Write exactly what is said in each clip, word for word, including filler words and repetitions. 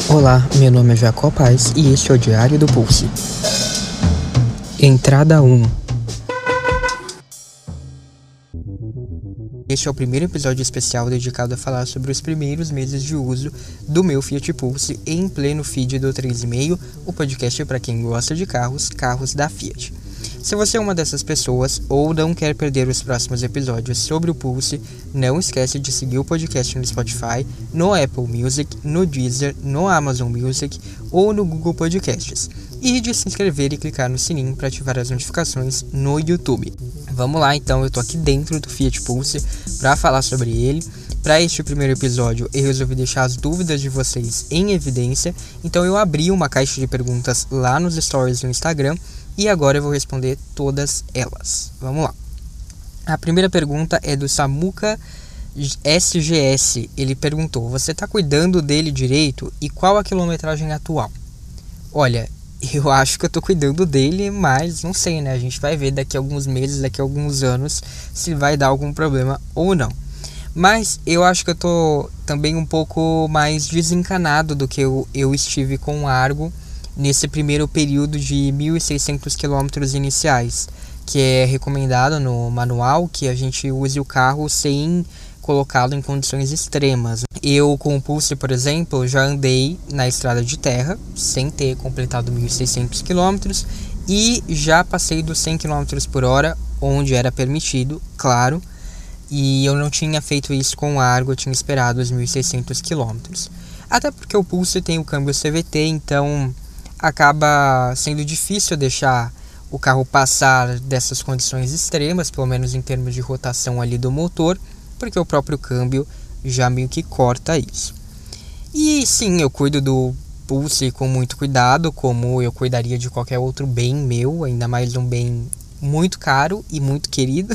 Olá, meu nome é Jacó Paz e este é o Diário do Pulse. Entrada um. Este é o primeiro episódio especial dedicado a falar sobre os primeiros meses de uso do meu Fiat Pulse em pleno feed do três e meio, o podcast para quem gosta de carros, carros da Fiat. Se você é uma dessas pessoas ou não quer perder os próximos episódios sobre o Pulse, não esquece de seguir o podcast no Spotify, no Apple Music, no Deezer, no Amazon Music ou no Google Podcasts. E de se inscrever e clicar no sininho para ativar as notificações no YouTube. Vamos lá, então, eu tô aqui dentro do Fiat Pulse para falar sobre ele. Para este primeiro episódio, eu resolvi deixar as dúvidas de vocês em evidência, então eu abri uma caixa de perguntas lá nos stories do Instagram e agora eu vou responder todas elas. Vamos lá. A primeira pergunta é do Samuca S G S. Ele perguntou: você está cuidando dele direito e qual a quilometragem atual? Olha, eu acho que eu tô cuidando dele, mas não sei, né? A gente vai ver daqui a alguns meses, daqui a alguns anos, se vai dar algum problema ou não. Mas eu acho que eu tô também um pouco mais desencanado do que eu, eu estive com o Argo nesse primeiro período de mil e seiscentos quilômetros iniciais, que é recomendado no manual que a gente use o carro sem colocá-lo em condições extremas. Eu, com o Pulse, por exemplo, já andei na estrada de terra, sem ter completado mil e seiscentos quilômetros, e já passei dos cem quilômetros por hora, onde era permitido, claro, e eu não tinha feito isso com o Argo, eu tinha esperado os mil e seiscentos quilômetros. Até porque o Pulse tem o câmbio C V T, então acaba sendo difícil deixar o carro passar dessas condições extremas, pelo menos em termos de rotação ali do motor, porque o próprio câmbio já meio que corta isso. E sim, eu cuido do Pulse com muito cuidado, como eu cuidaria de qualquer outro bem meu, ainda mais um bem muito caro e muito querido.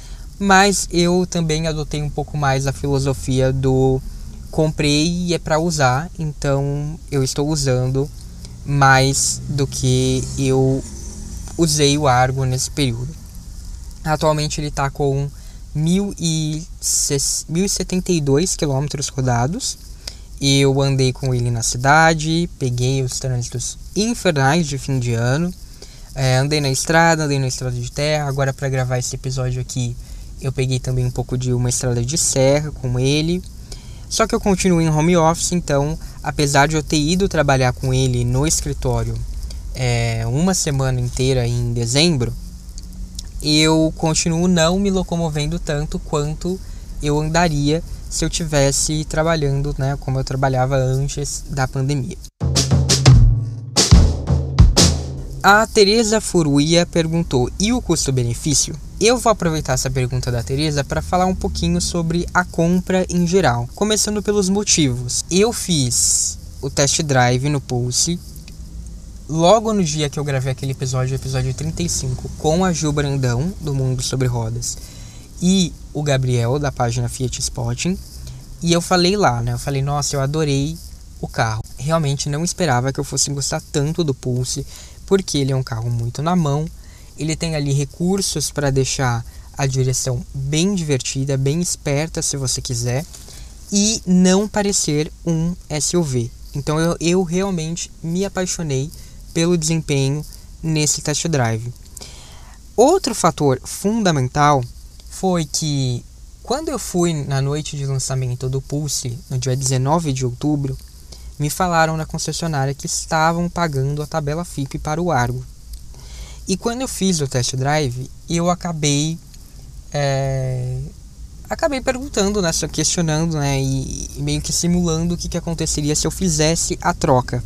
Mas eu também adotei um pouco mais a filosofia do comprei e é para usar, então eu estou usando mais do que eu usei o Argo nesse período. Atualmente ele está com mil e setenta e dois quilômetros rodados. Eu andei com ele na cidade, peguei os trânsitos infernais de fim de ano, é, andei na estrada, andei na estrada de terra. Agora, para gravar esse episódio aqui, eu peguei também um pouco de uma estrada de serra com ele. Só que eu continuo em home office, então, apesar de eu ter ido trabalhar com ele no escritório é, uma semana inteira em dezembro, eu continuo não me locomovendo tanto quanto eu andaria se eu tivesse trabalhando, né, como eu trabalhava antes da pandemia. A Tereza Furuia perguntou: e o custo-benefício? Eu vou aproveitar essa pergunta da Tereza para falar um pouquinho sobre a compra em geral, começando pelos motivos. Eu fiz o test drive no Pulse logo no dia que eu gravei aquele episódio, episódio trinta e cinco, com a Gil Brandão, do Mundo Sobre Rodas, e o Gabriel, da página Fiat Spotting. E eu falei lá, né? Eu falei, nossa, eu adorei o carro. Realmente não esperava que eu fosse gostar tanto do Pulse, porque ele é um carro muito na mão. Ele tem ali recursos para deixar a direção bem divertida, bem esperta se você quiser, e não parecer um S U V. Então eu, eu realmente me apaixonei pelo desempenho nesse test drive. Outro fator fundamental foi que quando eu fui na noite de lançamento do Pulse, no dia dezenove de outubro, me falaram na concessionária que estavam pagando a tabela F I P para o Argo. E quando eu fiz o test drive, eu acabei é, acabei perguntando, né, questionando, né, e, e meio que simulando o que, que aconteceria se eu fizesse a troca.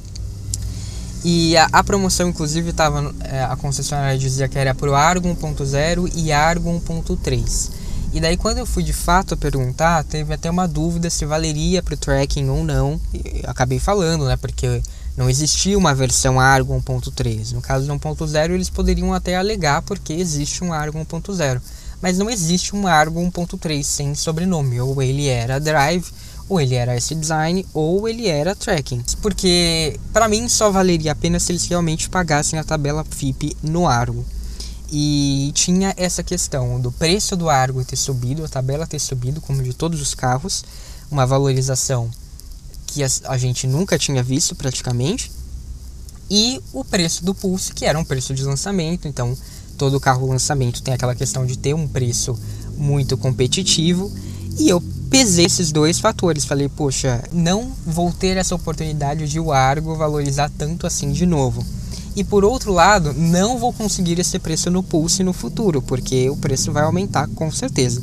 E a, a promoção, inclusive, estava, é, a concessionária dizia que era para o Argo um ponto zero e Argo um ponto três. E daí, quando eu fui de fato perguntar, teve até uma dúvida se valeria para o tracking ou não. Eu acabei falando, né, porque não existia uma versão Argo um ponto três. No caso do um ponto zero, eles poderiam até alegar porque existe um Argo um ponto zero. Mas não existe um Argo um ponto três sem sobrenome. Ou ele era Drive, ou ele era S-Design, ou ele era Tracking. Porque, para mim, só valeria a pena se eles realmente pagassem a tabela F I P no Argo. E tinha essa questão do preço do Argo ter subido, a tabela ter subido, como de todos os carros. Uma valorização que a, a gente nunca tinha visto praticamente, e o preço do Pulse, que era um preço de lançamento. Então todo carro lançamento tem aquela questão de ter um preço muito competitivo, e eu pesei esses dois fatores, falei, poxa, não vou ter essa oportunidade de o Argo valorizar tanto assim de novo. E por outro lado, não vou conseguir esse preço no Pulse no futuro, porque o preço vai aumentar com certeza.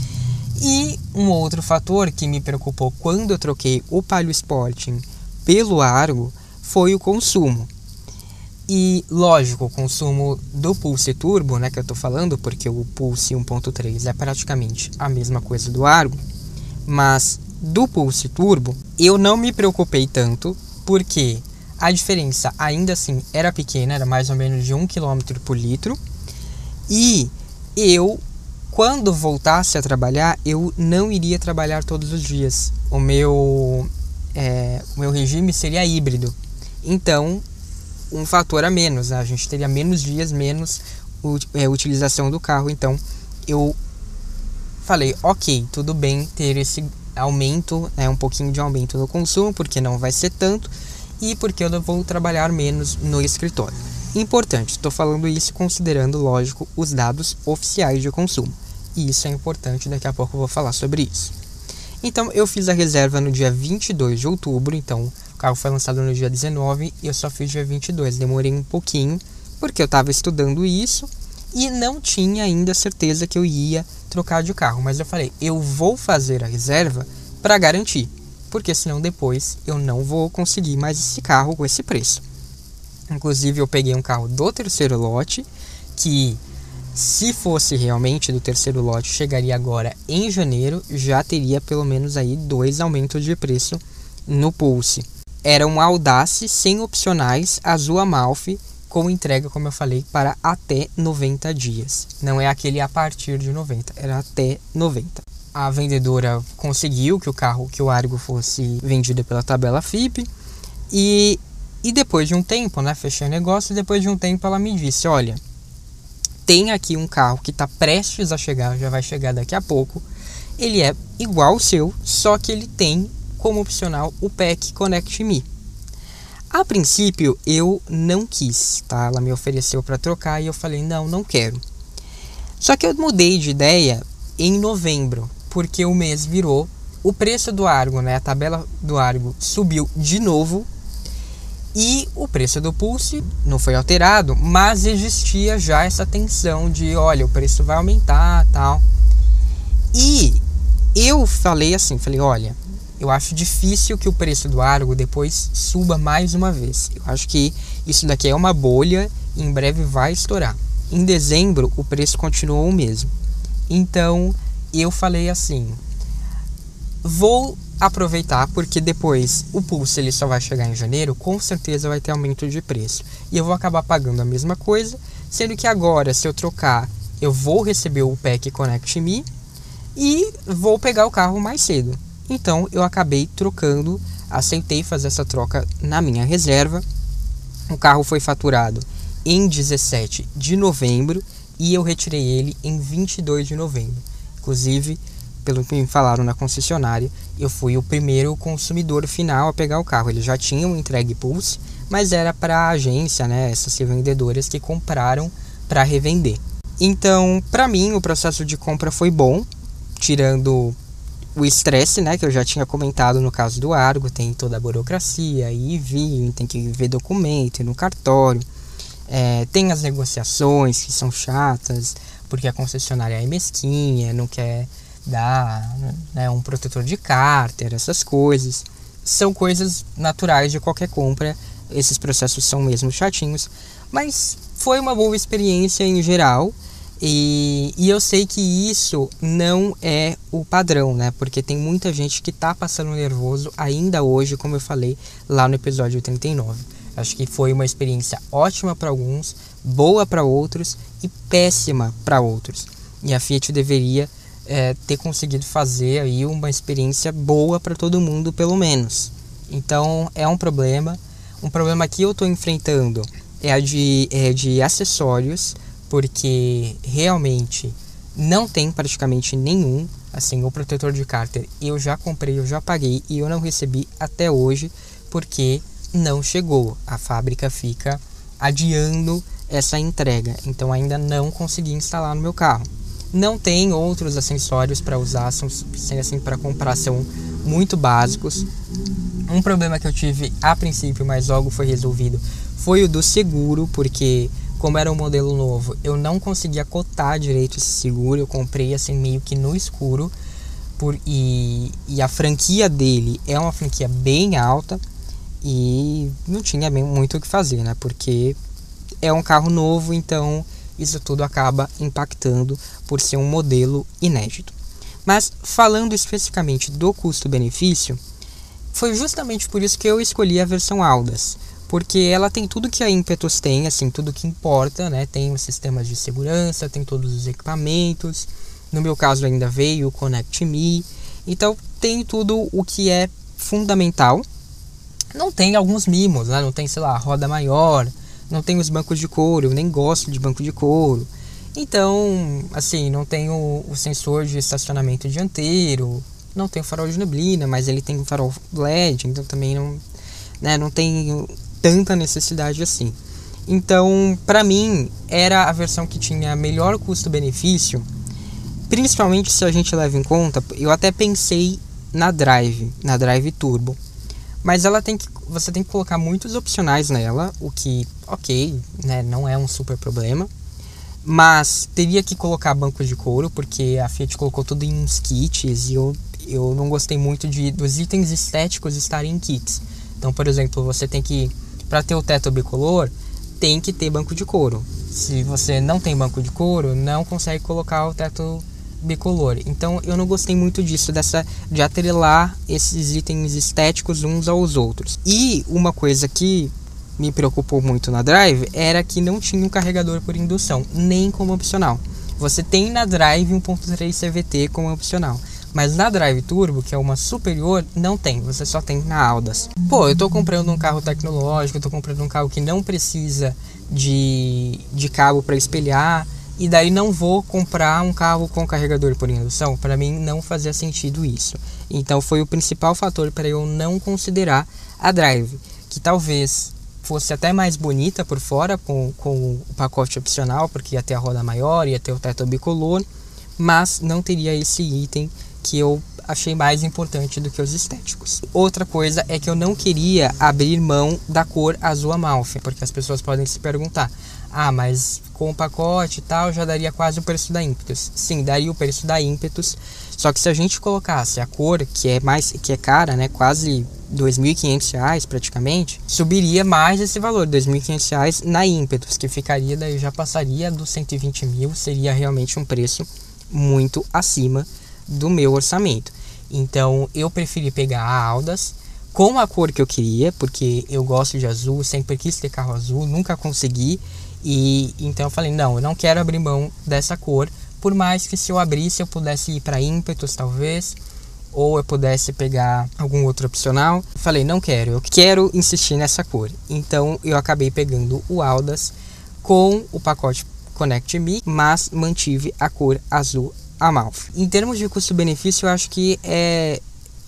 E um outro fator que me preocupou quando eu troquei o Palio Sporting pelo Argo foi o consumo. E lógico, o consumo do Pulse Turbo, né, que eu tô falando, porque o Pulse um ponto três é praticamente a mesma coisa do Argo, mas do Pulse Turbo eu não me preocupei tanto, porque a diferença ainda assim era pequena, era mais ou menos de um quilômetro por litro, e eu, quando voltasse a trabalhar, eu não iria trabalhar todos os dias. O meu, é, o meu regime seria híbrido, então um fator a menos, né? A gente teria menos dias, menos é, utilização do carro. Então eu falei, ok, tudo bem ter esse aumento, né, um pouquinho de aumento no consumo, porque não vai ser tanto, e porque eu vou trabalhar menos no escritório. Importante, estou falando isso considerando, lógico, os dados oficiais de consumo, e isso é importante, daqui a pouco eu vou falar sobre isso. Então eu fiz a reserva no dia vinte e dois de outubro, então o carro foi lançado no dia dezenove e eu só fiz dia vinte e dois, demorei um pouquinho, porque eu estava estudando isso e não tinha ainda certeza que eu ia trocar de carro, mas eu falei, eu vou fazer a reserva para garantir, porque senão depois eu não vou conseguir mais esse carro com esse preço. Inclusive eu peguei um carro do terceiro lote, que se fosse realmente do terceiro lote, chegaria agora em janeiro, já teria pelo menos aí dois aumentos de preço no Pulse. Era um Audace sem opcionais, azul Amalfi, com entrega, como eu falei, para até noventa dias. Não é aquele a partir de noventa, era até noventa. A vendedora conseguiu que o carro, que o Argo fosse vendido pela tabela F I P, e, e depois de um tempo, né, fechei o negócio, e depois de um tempo ela me disse, olha, tem aqui um carro que está prestes a chegar, já vai chegar daqui a pouco, ele é igual ao seu, só que ele tem como opcional o P E C Connect Me. A princípio eu não quis, tá? Ela me ofereceu para trocar e eu falei, não, não quero. Só que eu mudei de ideia em novembro, porque o mês virou, o preço do Argo, né, a tabela do Argo subiu de novo, e o preço do Pulse não foi alterado, mas existia já essa tensão de, olha, o preço vai aumentar, tal. E eu falei assim, falei, olha, eu acho difícil que o preço do Argo depois suba mais uma vez. Eu acho que isso daqui é uma bolha e em breve vai estourar. Em dezembro o preço continuou o mesmo. Então eu falei assim, vou aproveitar, porque depois o Pulse ele só vai chegar em janeiro, com certeza vai ter aumento de preço. E eu vou acabar pagando a mesma coisa, sendo que agora, se eu trocar, eu vou receber o P E C Connect Me e vou pegar o carro mais cedo. Então eu acabei trocando, aceitei fazer essa troca na minha reserva. O carro foi faturado em dezessete de novembro e eu retirei ele em vinte e dois de novembro. Inclusive, pelo que me falaram na concessionária, eu fui o primeiro consumidor final a pegar o carro. Eles já tinham entregue Pulse, mas era para a agência, né, essas revendedoras que compraram para revender. Então, para mim, o processo de compra foi bom, tirando o estresse, né, que eu já tinha comentado no caso do Argo, tem toda a burocracia, ir e vir, tem que ver documento, ir no cartório, é, tem as negociações que são chatas, porque a concessionária é mesquinha, não quer dar, né, um protetor de cárter, essas coisas. São coisas naturais de qualquer compra, esses processos são mesmo chatinhos, mas foi uma boa experiência em geral. E, e eu sei que isso não é o padrão, né? Porque tem muita gente que tá passando nervoso ainda hoje, como eu falei lá no episódio trinta e nove. Acho que foi uma experiência ótima para alguns, boa para outros e péssima para outros. E a Fiat deveria é, ter conseguido fazer aí uma experiência boa para todo mundo, pelo menos. Então é um problema. Um problema que eu estou enfrentando é a de, é de acessórios, porque realmente não tem praticamente nenhum. Assim, o protetor de cárter eu já comprei, eu já paguei e eu não recebi até hoje porque não chegou. A fábrica fica adiando essa entrega, então ainda não consegui instalar no meu carro. Não tem outros acessórios para usar, são assim, para comprar, são muito básicos. Um problema que eu tive a princípio, mas logo foi resolvido, foi o do seguro, porque como era um modelo novo, eu não conseguia cotar direito esse seguro, eu comprei assim meio que no escuro, por, e, e a franquia dele é uma franquia bem alta e não tinha bem muito o que fazer, né? Porque é um carro novo, então isso tudo acaba impactando por ser um modelo inédito. Mas falando especificamente do custo-benefício, foi justamente por isso que eu escolhi a versão Audax, porque ela tem tudo que a Impetus tem, assim, tudo que importa, né? Tem os sistemas de segurança, tem todos os equipamentos, no meu caso ainda veio o Connect Me, então tem tudo o que é fundamental. Não tem alguns mimos, né? Não tem, sei lá, roda maior, não tem os bancos de couro, eu nem gosto de banco de couro. Então, assim, não tem o, o sensor de estacionamento dianteiro, não tem o farol de neblina, mas ele tem o farol L E D, então também não, né, não tem tanta necessidade assim. Então, pra mim, era a versão que tinha melhor custo-benefício, principalmente se a gente leva em conta, eu até pensei na Drive, na Drive Turbo. Mas ela tem que, você tem que colocar muitos opcionais nela, o que, ok, né, não é um super problema. Mas teria que colocar bancos de couro, porque a Fiat colocou tudo em uns kits e eu, eu não gostei muito de, dos itens estéticos estarem em kits. Então, por exemplo, você tem que, para ter o teto bicolor, tem que ter banco de couro. Se você não tem banco de couro, não consegue colocar o teto bicolor. Então eu não gostei muito disso, dessa de atrelar esses itens estéticos uns aos outros. E uma coisa que me preocupou muito na Drive era que não tinha um carregador por indução, nem como opcional. Você tem na Drive um ponto três C V T como opcional, mas na Drive Turbo, que é uma superior, não tem, você só tem na Audax. Pô, eu tô comprando um carro tecnológico, eu tô comprando um carro que não precisa de, de cabo para espelhar, e daí não vou comprar um carro com carregador por indução. Para mim não fazia sentido isso. Então foi o principal fator para eu não considerar a Drive, que talvez fosse até mais bonita por fora com, com o pacote opcional, porque ia ter a roda maior, ia ter o teto bicolor, mas não teria esse item que eu achei mais importante do que os estéticos. Outra coisa é que eu não queria abrir mão da cor azul Amalfi, porque as pessoas podem se perguntar: ah, mas com o pacote e tal já daria quase o preço da Impetus. Sim, daria o preço da Impetus, só que se a gente colocasse a cor, que é mais, que é cara, né, quase dois mil e quinhentos reais praticamente, subiria mais esse valor, dois mil e quinhentos reais na Impetus, que ficaria, daí já passaria dos cento e vinte mil, seria realmente um preço muito acima do meu orçamento. Então eu preferi pegar a Audax com a cor que eu queria, porque eu gosto de azul, sempre quis ter carro azul, nunca consegui. E então eu falei, não, eu não quero abrir mão dessa cor, por mais que se eu abrisse eu pudesse ir para Impetus talvez, ou eu pudesse pegar algum outro opcional. Eu falei, não quero, eu quero insistir nessa cor. Então eu acabei pegando o Audax com o pacote Connect Me, mas mantive a cor azul Amalfi. Em termos de custo-benefício, eu acho que é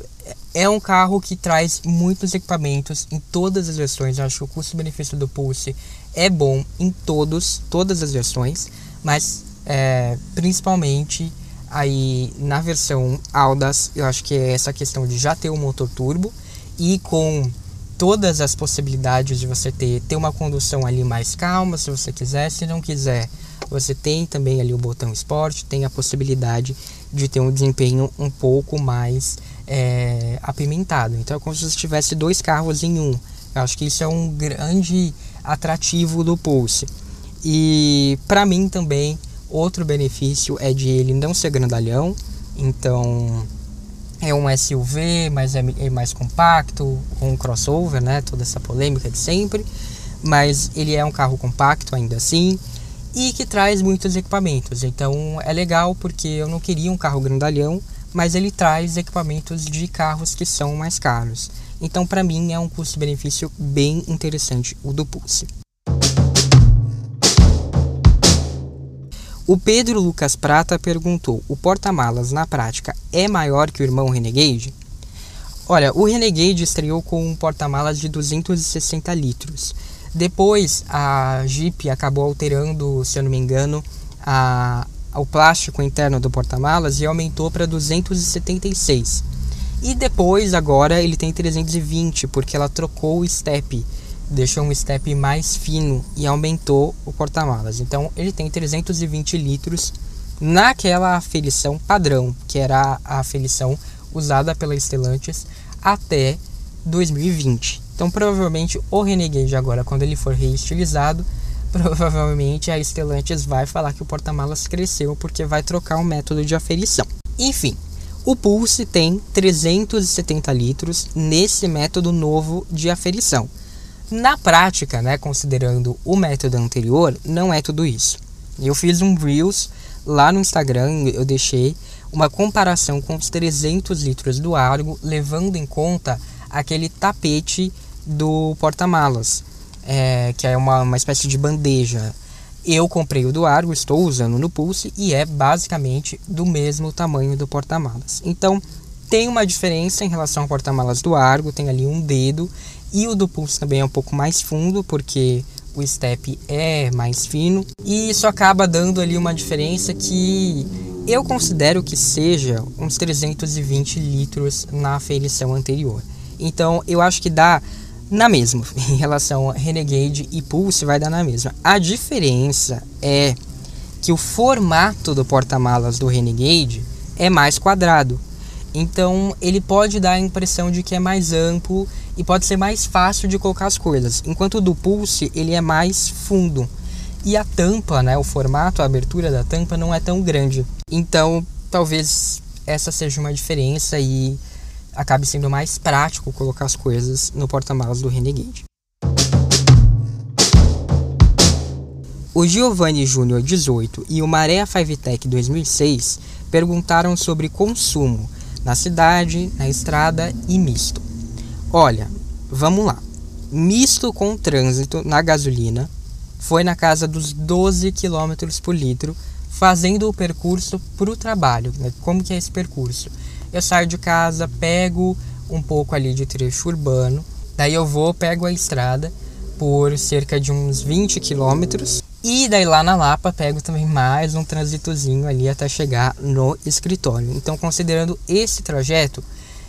É um carro que traz muitos equipamentos em todas as versões. Eu acho que o custo-benefício do Pulse é bom em todos, todas as versões, mas é, principalmente aí na versão Audax, eu acho que é essa questão de já ter o motor turbo e com todas as possibilidades de você ter, ter uma condução ali mais calma, se você quiser. Se não quiser, você tem também ali o botão Sport, tem a possibilidade de ter um desempenho um pouco mais é, apimentado. Então é como se você tivesse dois carros em um. Eu acho que isso é um grande atrativo do Pulse. E para mim também, outro benefício é de ele não ser grandalhão. Então é um S U V, mas é, é mais compacto, um crossover, né? Toda essa polêmica de sempre. Mas ele é um carro compacto ainda assim, e que traz muitos equipamentos. Então é legal porque eu não queria um carro grandalhão, mas ele traz equipamentos de carros que são mais caros. Então para mim é um custo-benefício bem interessante o do Pulse. O Pedro Lucas Prata perguntou: o porta-malas na prática é maior que o irmão Renegade? Olha, o Renegade estreou com um porta-malas de duzentos e sessenta litros. Depois a Jeep acabou alterando, se eu não me engano, a, o plástico interno do porta-malas e aumentou para duzentos e setenta e seis. E depois, agora, ele tem trezentos e vinte, porque ela trocou o step, deixou um step mais fino e aumentou o porta-malas. Então ele tem trezentos e vinte litros naquela aferição padrão, que era a aferição usada pela Stellantis até dois mil e vinte. Então provavelmente o Renegade agora, quando ele for reestilizado, provavelmente a Stellantis vai falar que o porta-malas cresceu porque vai trocar o método de aferição. Enfim, o Pulse tem trezentos e setenta litros nesse método novo de aferição. Na prática, né, considerando o método anterior, não é tudo isso. Eu fiz um Reels lá no Instagram, eu deixei uma comparação com os trezentos litros do Argo, levando em conta aquele tapete do porta-malas, é, que é uma, uma espécie de bandeja. Eu comprei o do Argo, estou usando no Pulse e é basicamente do mesmo tamanho do porta-malas. Então tem uma diferença em relação ao porta-malas do Argo, tem ali um dedo, e o do Pulse também é um pouco mais fundo, porque o step é mais fino, e isso acaba dando ali uma diferença que eu considero que seja uns trezentos e vinte litros na aferição anterior. Então eu acho que dá na mesma, em relação a Renegade e Pulse vai dar na mesma. A diferença é que o formato do porta-malas do Renegade é mais quadrado. Então ele pode dar a impressão de que é mais amplo e pode ser mais fácil de colocar as coisas. Enquanto o do Pulse ele é mais fundo. E a tampa, né, o formato, a abertura da tampa não é tão grande. Então talvez essa seja uma diferença e acabe sendo mais prático colocar as coisas no porta-malas do Renegade. O Giovanni Júnior dezoito e o Maré Fivetech dois mil e seis perguntaram sobre consumo na cidade, na estrada e misto. Olha, vamos lá. Misto com trânsito na gasolina foi na casa dos doze quilômetros por litro, fazendo o percurso para o trabalho. Né? Como que é esse percurso? Eu saio de casa, pego um pouco ali de trecho urbano, daí eu vou, pego a estrada por cerca de uns vinte quilômetros e daí lá na Lapa pego também mais um transitozinho ali até chegar no escritório. Então, considerando esse trajeto,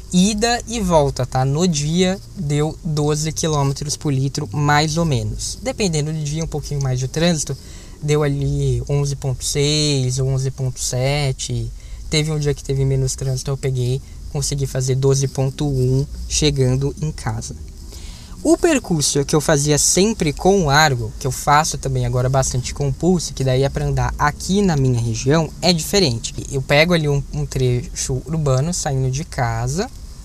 ida e volta, tá? No dia deu doze quilômetros por litro, mais ou menos. Dependendo do dia, um pouquinho mais de trânsito, deu ali onze vírgula seis, onze vírgula sete. Teve um dia que teve menos trânsito, eu peguei, consegui fazer doze vírgula um chegando em casa. O percurso que eu fazia sempre com o Argo, que eu faço também agora bastante com o Pulse, que daí é para andar aqui na minha região, é diferente. Eu pego ali um, um trecho urbano saindo de casa,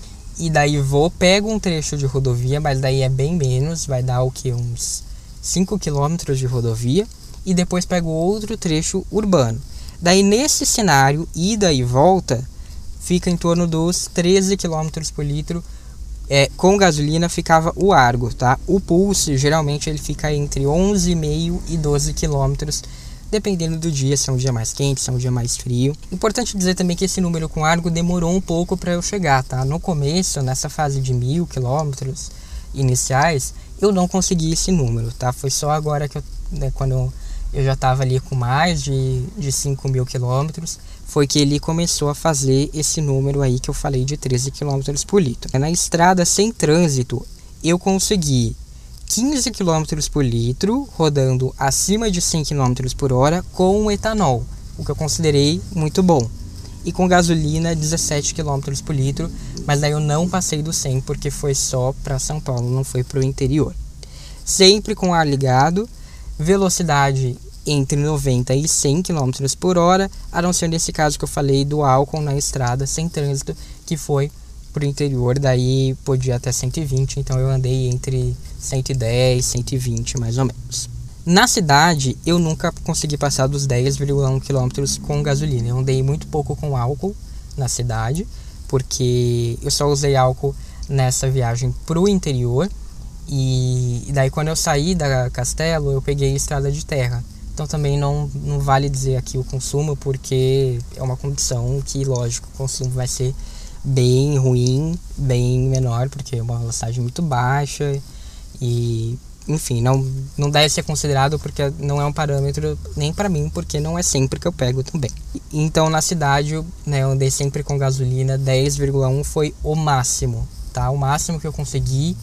e daí vou, pego um trecho de rodovia, mas daí é bem menos, vai dar o que? Uns cinco quilômetros de rodovia, e depois pego outro trecho urbano. Daí nesse cenário, ida e volta, fica em torno dos treze quilômetros por litro. É, com gasolina ficava o Argo, tá? O Pulse, geralmente, ele fica entre onze vírgula cinco e doze quilômetros, dependendo do dia, se é um dia mais quente, se é um dia mais frio. Importante dizer também que esse número com Argo demorou um pouco para eu chegar, tá? No começo, nessa fase de mil quilômetros iniciais, eu não consegui esse número, tá? Foi só agora que eu, né, quando eu já estava ali com mais de, de cinco mil quilômetros, foi que ele começou a fazer esse número aí que eu falei de treze quilômetros por litro. Na estrada sem trânsito, eu consegui quinze quilômetros por litro, rodando acima de cem quilômetros por hora com etanol, o que eu considerei muito bom. E com gasolina, dezessete quilômetros por litro, mas daí eu não passei do cem, porque foi só para São Paulo, não foi para o interior. Sempre com ar ligado, velocidade entre noventa e cem quilômetros por hora, a não ser nesse caso que eu falei do álcool na estrada sem trânsito, que foi para o interior, daí podia até cento e vinte, então eu andei entre cento e dez, cento e vinte mais ou menos. Na cidade, eu nunca consegui passar dos dez vírgula um quilômetros com gasolina, eu andei muito pouco com álcool na cidade, porque eu só usei álcool nessa viagem para o interior, e daí quando eu saí da Castelo, eu peguei estrada de terra, Então também não, não vale dizer aqui o consumo, porque é uma condição que, lógico, o consumo vai ser bem ruim, bem menor, porque é uma velocidade muito baixa e, enfim, não, não deve ser considerado porque não é um parâmetro nem para mim, porque não é sempre que eu pego também. Então na cidade, né, eu andei sempre com gasolina, dez vírgula um foi o máximo, tá? O máximo que eu consegui,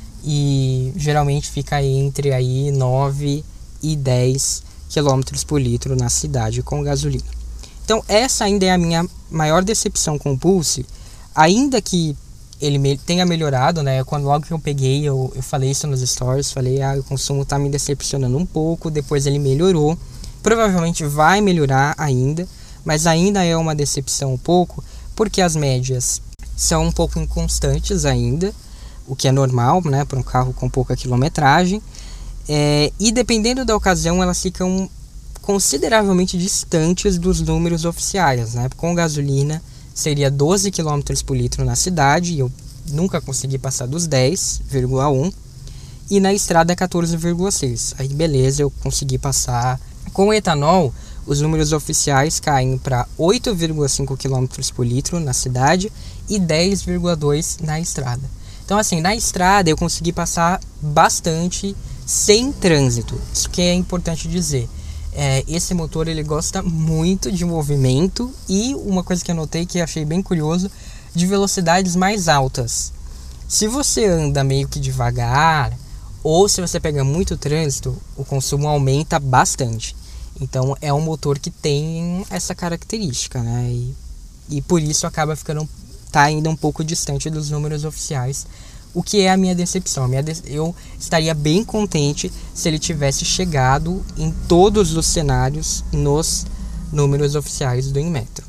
e geralmente fica entre aí nove e dez quilômetros por litro na cidade com gasolina. Então essa ainda é a minha maior decepção com o Pulse, ainda que ele me, tenha melhorado, né? Quando logo que eu peguei, eu, eu falei isso nos stories, falei, ah, o consumo tá me decepcionando um pouco, depois ele melhorou, provavelmente vai melhorar ainda, mas ainda é uma decepção um pouco, porque as médias são um pouco inconstantes ainda, o que é normal, né, para um carro com pouca quilometragem, é, e dependendo da ocasião elas ficam consideravelmente distantes dos números oficiais, né? Com gasolina seria doze quilômetros por litro na cidade, e eu nunca consegui passar dos dez vírgula um, e na estrada quatorze vírgula seis. Aí beleza, eu consegui passar. Com etanol, os números oficiais caem para oito vírgula cinco quilômetros por litro na cidade e dez vírgula dois na estrada. Então assim, na estrada eu consegui passar bastante sem trânsito. Isso que é importante dizer. É, esse motor ele gosta muito de movimento, e uma coisa que eu notei que achei bem curioso, de velocidades mais altas. Se você anda meio que devagar, ou se você pega muito trânsito, o consumo aumenta bastante. Então é um motor que tem essa característica, né? E, e por isso acaba ficando, tá ainda um pouco distante dos números oficiais, o que é a minha decepção. A minha de... Eu estaria bem contente se ele tivesse chegado em todos os cenários nos números oficiais do Inmetro.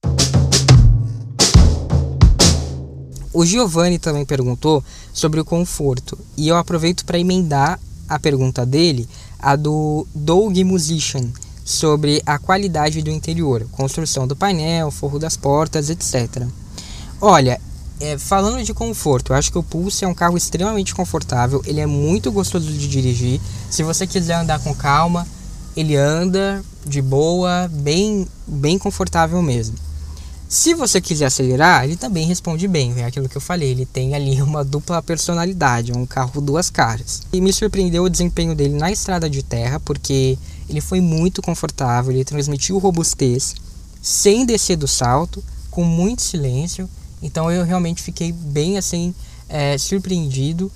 O Giovanni também perguntou sobre o conforto, e eu aproveito para emendar a pergunta dele, a do Doug Musician, sobre a qualidade do interior, construção do painel, forro das portas, etcétera. Olha, é, falando de conforto, eu acho que o Pulse é um carro extremamente confortável, ele é muito gostoso de dirigir. Se você quiser andar com calma, ele anda de boa, bem, bem confortável mesmo. Se você quiser acelerar, ele também responde bem, é aquilo que eu falei, ele tem ali uma dupla personalidade, é um carro duas caras. E me surpreendeu o desempenho dele na estrada de terra, porque ele foi muito confortável, ele transmitiu robustez, sem descer do salto, com muito silêncio. Então eu realmente fiquei bem assim, é, surpreendido.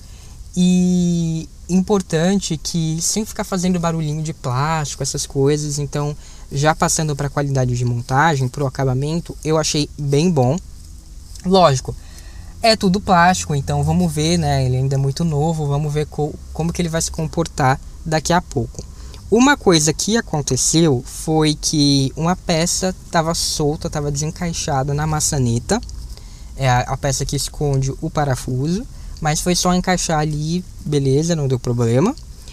E importante que sem ficar fazendo barulhinho de plástico, essas coisas. Então, já passando para a qualidade de montagem, para o acabamento, eu achei bem bom. Lógico, é tudo plástico, então vamos ver, né? Ele ainda é muito novo, vamos ver co como que ele vai se comportar daqui a pouco. Uma coisa que aconteceu foi que uma peça estava solta, estava desencaixada na maçaneta. É a, a peça que esconde o parafuso, mas foi só encaixar ali, beleza, não deu problema.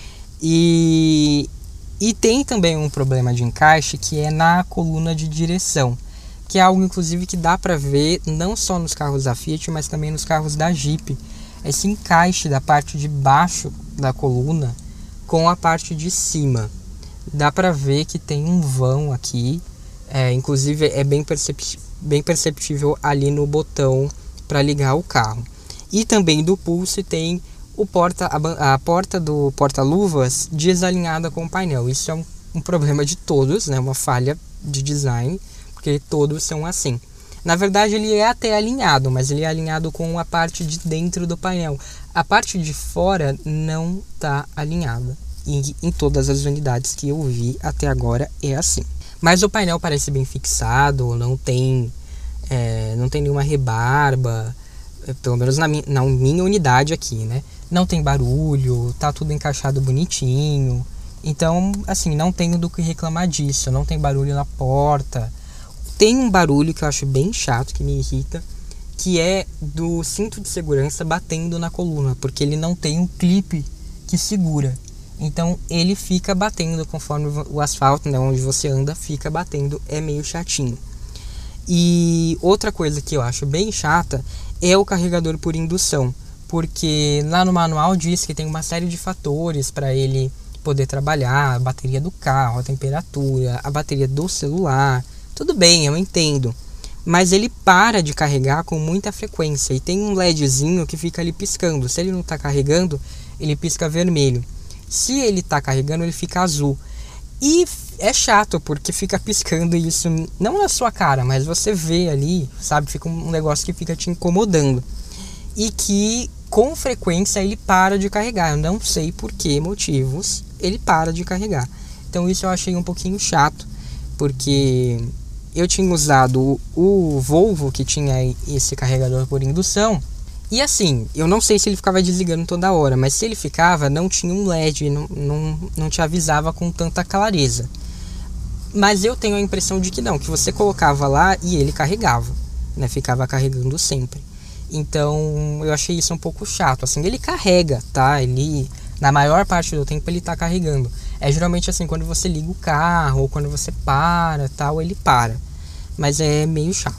E, e tem também um problema de encaixe, que é na coluna de direção, que é algo inclusive que dá para ver não só nos carros da Fiat, mas também nos carros da Jeep. Esse encaixe da parte de baixo da coluna com a parte de cima. Dá para ver que tem um vão aqui, é, inclusive é bem, percepti bem perceptível ali no botão para ligar o carro. E também do Pulse tem o porta, a, a porta do porta-luvas desalinhada com o painel. Isso é um, um problema de todos, né? Uma falha de design, porque todos são assim. Na verdade ele é até alinhado, mas ele é alinhado com a parte de dentro do painel. A parte de fora não está alinhada. E em todas as unidades que eu vi até agora é assim. Mas o painel parece bem fixado, não tem, é, não tem nenhuma rebarba, pelo menos na minha, na minha unidade aqui, né? Não tem barulho, tá tudo encaixado bonitinho. Então, assim, não tenho do que reclamar disso. Não tem barulho na porta. Tem um barulho que eu acho bem chato, que me irrita, que é do cinto de segurança batendo na coluna, porque ele não tem um clipe que segura. Então ele fica batendo conforme o asfalto, né, onde você anda, fica batendo, é meio chatinho. E outra coisa que eu acho bem chata é o carregador por indução, porque lá no manual diz que tem uma série de fatores para ele poder trabalhar, a bateria do carro, a temperatura, a bateria do celular. Tudo bem, eu entendo. Mas ele para de carregar com muita frequência e tem um LEDzinho que fica ali piscando. Se ele não está carregando, ele pisca vermelho. Se ele está carregando, ele fica azul. E é chato porque fica piscando isso não na sua cara, mas você vê ali, sabe? Fica um negócio que fica te incomodando. E que com frequência ele para de carregar. Eu não sei por que motivos ele para de carregar. Então isso eu achei um pouquinho chato, porque eu tinha usado o Volvo que tinha esse carregador por indução. E assim, eu não sei se ele ficava desligando toda hora, mas se ele ficava, não tinha um L E D, não, não, não te avisava com tanta clareza. Mas eu tenho a impressão de que não, que você colocava lá e ele carregava, né? Ficava carregando sempre. Então eu achei isso um pouco chato. Assim, ele carrega, tá? Ele, na maior parte do tempo ele tá carregando. É geralmente assim, quando você liga o carro ou quando você para, tal, ele para. Mas é meio chato.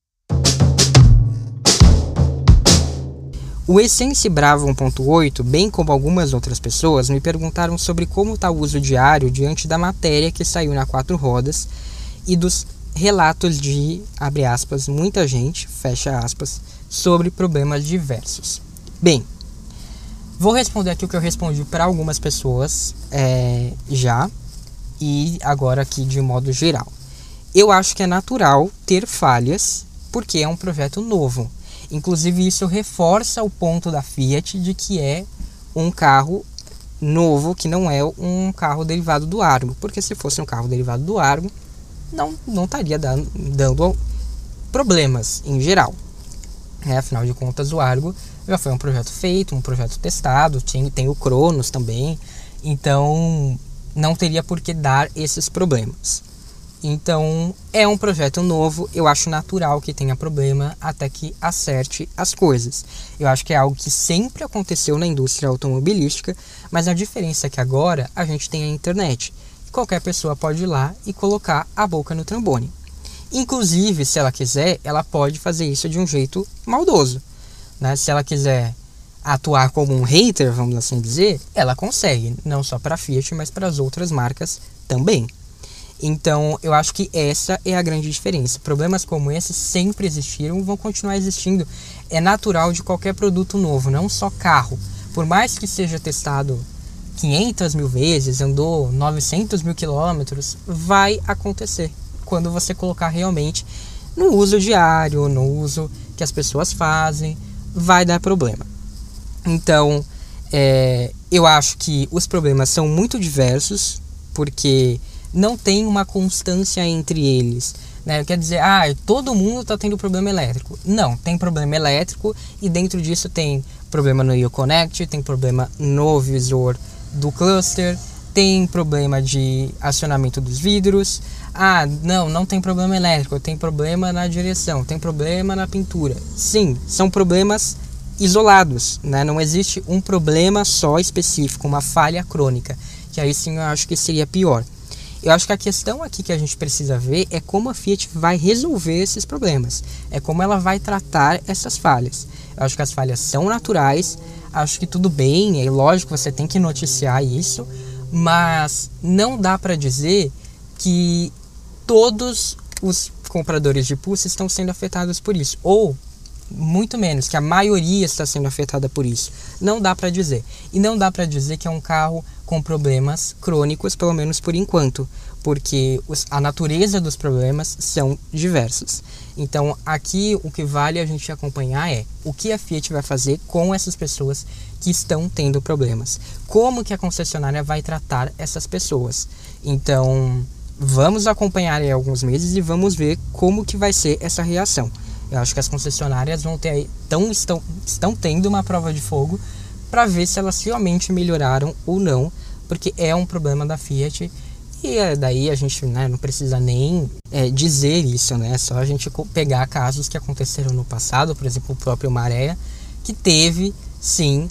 O Essence Bravo um ponto oito, bem como algumas outras pessoas, me perguntaram sobre como está o uso diário diante da matéria que saiu na Quatro Rodas e dos relatos de, abre aspas, muita gente, fecha aspas, sobre problemas diversos. Bem, vou responder aqui o que eu respondi para algumas pessoas é, já, e agora aqui de modo geral. Eu acho que é natural ter falhas, porque é um projeto novo. Inclusive isso reforça o ponto da Fiat de que é um carro novo, que não é um carro derivado do Argo. Porque se fosse um carro derivado do Argo, não, não estaria dando, dando problemas em geral. É, afinal de contas, o Argo já foi um projeto feito, um projeto testado, tem, tem o Cronos também. Então não teria por que dar esses problemas. Então, é um projeto novo, eu acho natural que tenha problema até que acerte as coisas. Eu acho que é algo que sempre aconteceu na indústria automobilística, mas a diferença é que agora a gente tem a internet. Qualquer pessoa pode ir lá e colocar a boca no trombone. Inclusive, se ela quiser, ela pode fazer isso de um jeito maldoso, né? Se ela quiser atuar como um hater, vamos assim dizer, ela consegue, não só para a Fiat, mas para as outras marcas também. Então, eu acho que essa é a grande diferença. Problemas como esse sempre existiram e vão continuar existindo. É natural de qualquer produto novo, não só carro. Por mais que seja testado quinhentas mil vezes, andou novecentos mil quilômetros, vai acontecer quando você colocar realmente no uso diário, no uso que as pessoas fazem, vai dar problema. Então, é, eu acho que os problemas são muito diversos, porque não tem uma constância entre eles, né? Quer dizer, ah, todo mundo está tendo problema elétrico. Não, tem problema elétrico e dentro disso tem problema no Uconnect, tem problema no visor do cluster, tem problema de acionamento dos vidros. Ah, não, não tem problema elétrico, tem problema na direção, tem problema na pintura. Sim, são problemas isolados, né? Não existe um problema só específico, uma falha crônica, que aí sim eu acho que seria pior. Eu acho que a questão aqui que a gente precisa ver é como a Fiat vai resolver esses problemas. É como ela vai tratar essas falhas. Eu acho que as falhas são naturais. Acho que tudo bem, é lógico, você tem que noticiar isso. Mas não dá para dizer que todos os compradores de Pulse estão sendo afetados por isso. Ou, muito menos, que a maioria está sendo afetada por isso. Não dá para dizer. E não dá para dizer que é um carro com problemas crônicos, pelo menos por enquanto, porque os, a natureza dos problemas são diversos. Então aqui o que vale a gente acompanhar é o que a Fiat vai fazer com essas pessoas que estão tendo problemas, como que a concessionária vai tratar essas pessoas. Então vamos acompanhar aí alguns meses e vamos ver como que vai ser essa reação. Eu acho que as concessionárias vão ter aí, tão, estão, estão tendo uma prova de fogo para ver se elas realmente melhoraram ou não, porque é um problema da Fiat e daí a gente, né, não precisa nem é, dizer isso, né? É só a gente pegar casos que aconteceram no passado, por exemplo, o próprio Maré, que teve, sim,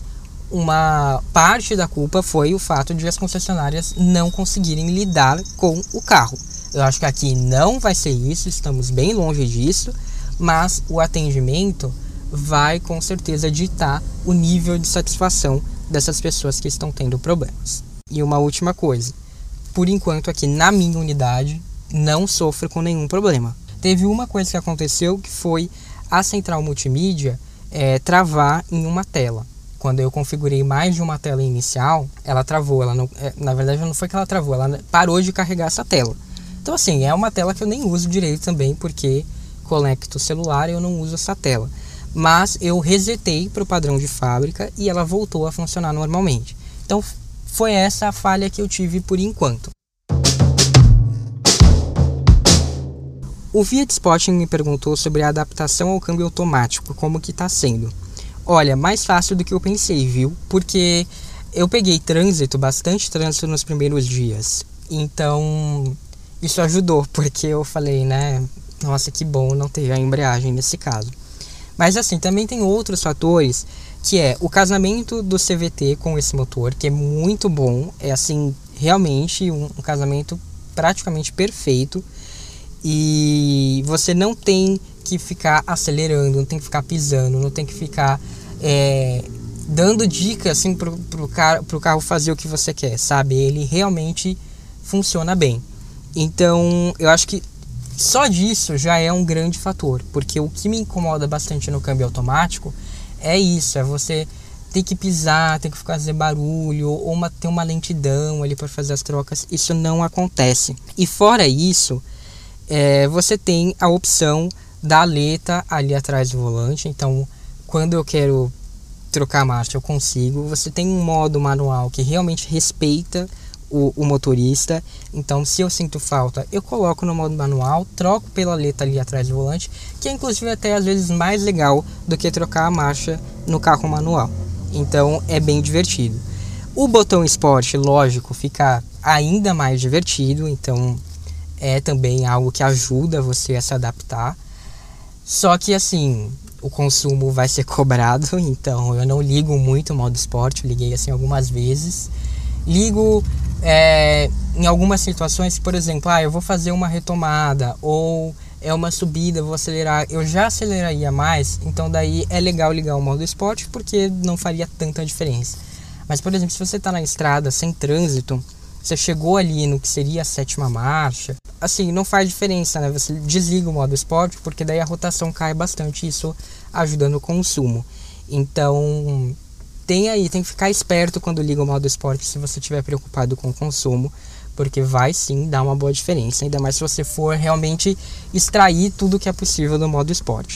uma parte da culpa foi o fato de as concessionárias não conseguirem lidar com o carro. Eu acho que aqui não vai ser isso, estamos bem longe disso, mas o atendimento vai com certeza ditar o nível de satisfação dessas pessoas que estão tendo problemas. E uma última coisa, por enquanto aqui na minha unidade não sofro com nenhum problema. Teve uma coisa que aconteceu que foi a central multimídia é, travar em uma tela. Quando eu configurei mais de uma tela inicial, ela travou. Ela não, é, na verdade não foi que ela travou, ela parou de carregar essa tela. Então assim, é uma tela que eu nem uso direito também, porque conecto o celular e eu não uso essa tela. Mas eu resetei para o padrão de fábrica e ela voltou a funcionar normalmente. Então foi essa a falha que eu tive por enquanto. O Fiat Spotting me perguntou sobre a adaptação ao câmbio automático, como que está sendo. Olha, mais fácil do que eu pensei, viu? Porque eu peguei trânsito, bastante trânsito nos primeiros dias. Então isso ajudou, porque eu falei, né? Nossa, que bom não ter a embreagem nesse caso. Mas assim, também tem outros fatores, que é o casamento do C V T com esse motor, que é muito bom. É assim, realmente um, um casamento praticamente perfeito. E você não tem que ficar acelerando, não tem que ficar pisando, não tem que ficar é, dando dicas assim pro, pro, car- pro carro fazer o que você quer, sabe? Ele realmente funciona bem. Então, eu acho que só disso já é um grande fator, porque o que me incomoda bastante no câmbio automático é isso, é você ter que pisar, ter que fazer barulho, ou uma, ter uma lentidão ali para fazer as trocas. Isso não acontece. E fora isso, é, você tem a opção da aleta ali atrás do volante. Então, quando eu quero trocar a marcha, eu consigo. Você tem um modo manual que realmente respeita o, o motorista. Então, se eu sinto falta, eu coloco no modo manual, troco pela aleta ali atrás do volante, que é inclusive até às vezes mais legal do que trocar a marcha no carro manual. Então, é bem divertido. O botão Sport, lógico, fica ainda mais divertido. Então, é também algo que ajuda você a se adaptar. Só que assim, o consumo vai ser cobrado, então eu não ligo muito o modo esporte, liguei assim algumas vezes. Ligo é, em algumas situações, por exemplo, ah, eu vou fazer uma retomada ou é uma subida, vou acelerar, eu já aceleraria mais, então daí é legal ligar o modo esporte porque não faria tanta diferença. Mas, por exemplo, se você está na estrada sem trânsito, você chegou ali no que seria a sétima marcha, assim, não faz diferença, né? Você desliga o modo esporte, porque daí a rotação cai bastante, isso ajuda no consumo. Então, tem aí, tem que ficar esperto quando liga o modo esporte se você estiver preocupado com o consumo, porque vai sim dar uma boa diferença, ainda mais se você for realmente extrair tudo que é possível do modo esporte.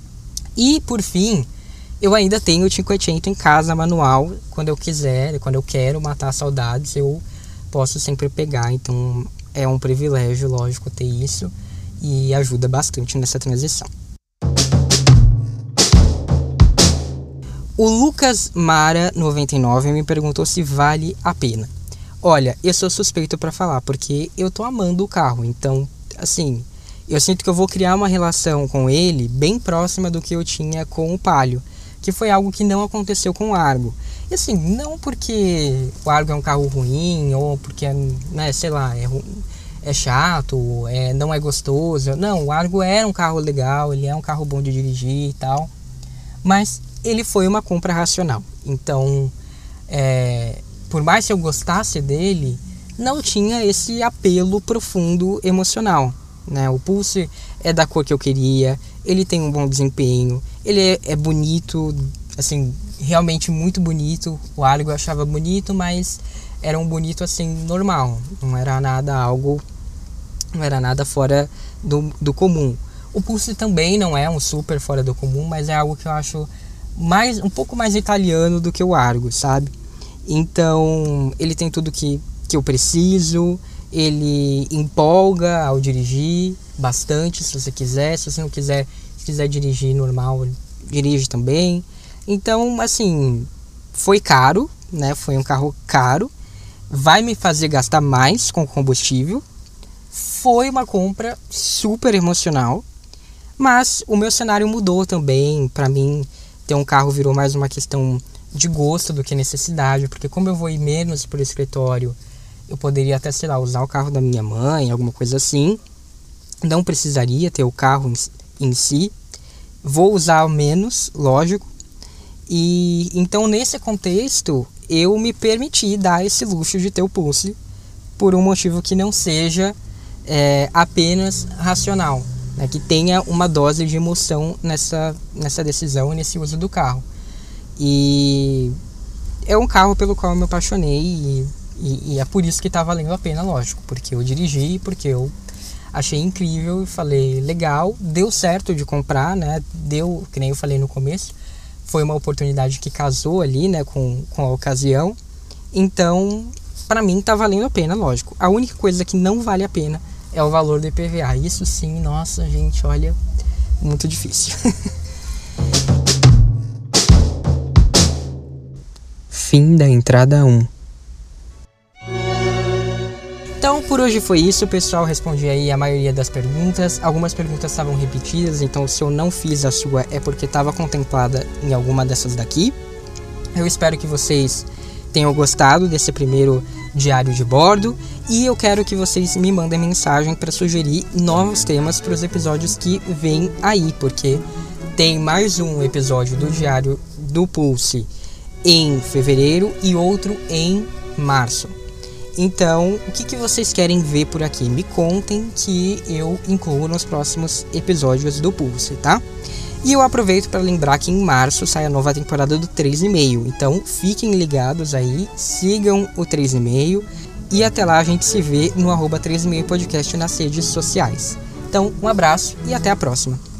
E, por fim, eu ainda tenho o cinquecento em casa manual, quando eu quiser, quando eu quero matar saudades, eu posso sempre pegar, então é um privilégio, lógico, ter isso e ajuda bastante nessa transição. O Lucas Mara noventa e nove me perguntou se vale a pena. Olha, eu sou suspeito para falar, porque eu tô amando o carro, então, assim, eu sinto que eu vou criar uma relação com ele bem próxima do que eu tinha com o Palio, que foi algo que não aconteceu com o Argo. E assim, não porque o Argo é um carro ruim, ou porque, né, sei lá, é, é chato, é, não é gostoso. Não, o Argo era um carro legal, ele é um carro bom de dirigir e tal. Mas ele foi uma compra racional. Então, é, por mais que eu gostasse dele, não tinha esse apelo profundo emocional, né? O Pulse é da cor que eu queria, ele tem um bom desempenho, ele é, é bonito, assim, realmente muito bonito. O Argo eu achava bonito, mas era um bonito assim normal, não era nada algo, não era nada fora do, do comum. O Pulse também não é um super fora do comum, mas é algo que eu acho mais, um pouco mais italiano do que o Argo, sabe? Então ele tem tudo que, que eu preciso, ele empolga ao dirigir bastante, se você quiser. Se você não quiser, se quiser dirigir normal, dirige também. Então, assim, foi caro, né? Foi um carro caro, vai me fazer gastar mais com combustível. Foi uma compra super emocional, mas o meu cenário mudou também. Para mim, ter um carro virou mais uma questão de gosto do que necessidade, porque como eu vou ir menos pro escritório, eu poderia até, sei lá, usar o carro da minha mãe, alguma coisa assim. Não precisaria ter o carro em, em si. Vou usar menos, lógico. E então, nesse contexto, eu me permiti dar esse luxo de ter o Pulse por um motivo que não seja é, apenas racional, né? Que tenha uma dose de emoção nessa, nessa decisão, nesse uso do carro. E é um carro pelo qual eu me apaixonei e, e, e é por isso que está valendo a pena, lógico, porque eu dirigi, porque eu achei incrível e falei, legal, deu certo de comprar, né? Deu, que nem eu falei no começo, foi uma oportunidade que casou ali, né, com, com a ocasião. Então, para mim tá valendo a pena, lógico. A única coisa que não vale a pena é o valor do I P V A. Isso sim, nossa, gente, olha, muito difícil. Fim da entrada um. Então, por hoje foi isso, pessoal. Respondi aí a maioria das perguntas. Algumas perguntas estavam repetidas, então se eu não fiz a sua é porque estava contemplada em alguma dessas daqui. Eu espero que vocês tenham gostado desse primeiro diário de bordo e eu quero que vocês me mandem mensagem para sugerir novos temas para os episódios que vêm aí, porque tem mais um episódio do Diário do Pulse em fevereiro e outro em março. Então, o que, que vocês querem ver por aqui? Me contem que eu incluo nos próximos episódios do Pulse, tá? E eu aproveito para lembrar que em março sai a nova temporada do três e meio. Então, fiquem ligados aí, sigam o três e meio e até lá a gente se vê no arroba três e meio podcast nas redes sociais. Então, um abraço e até a próxima.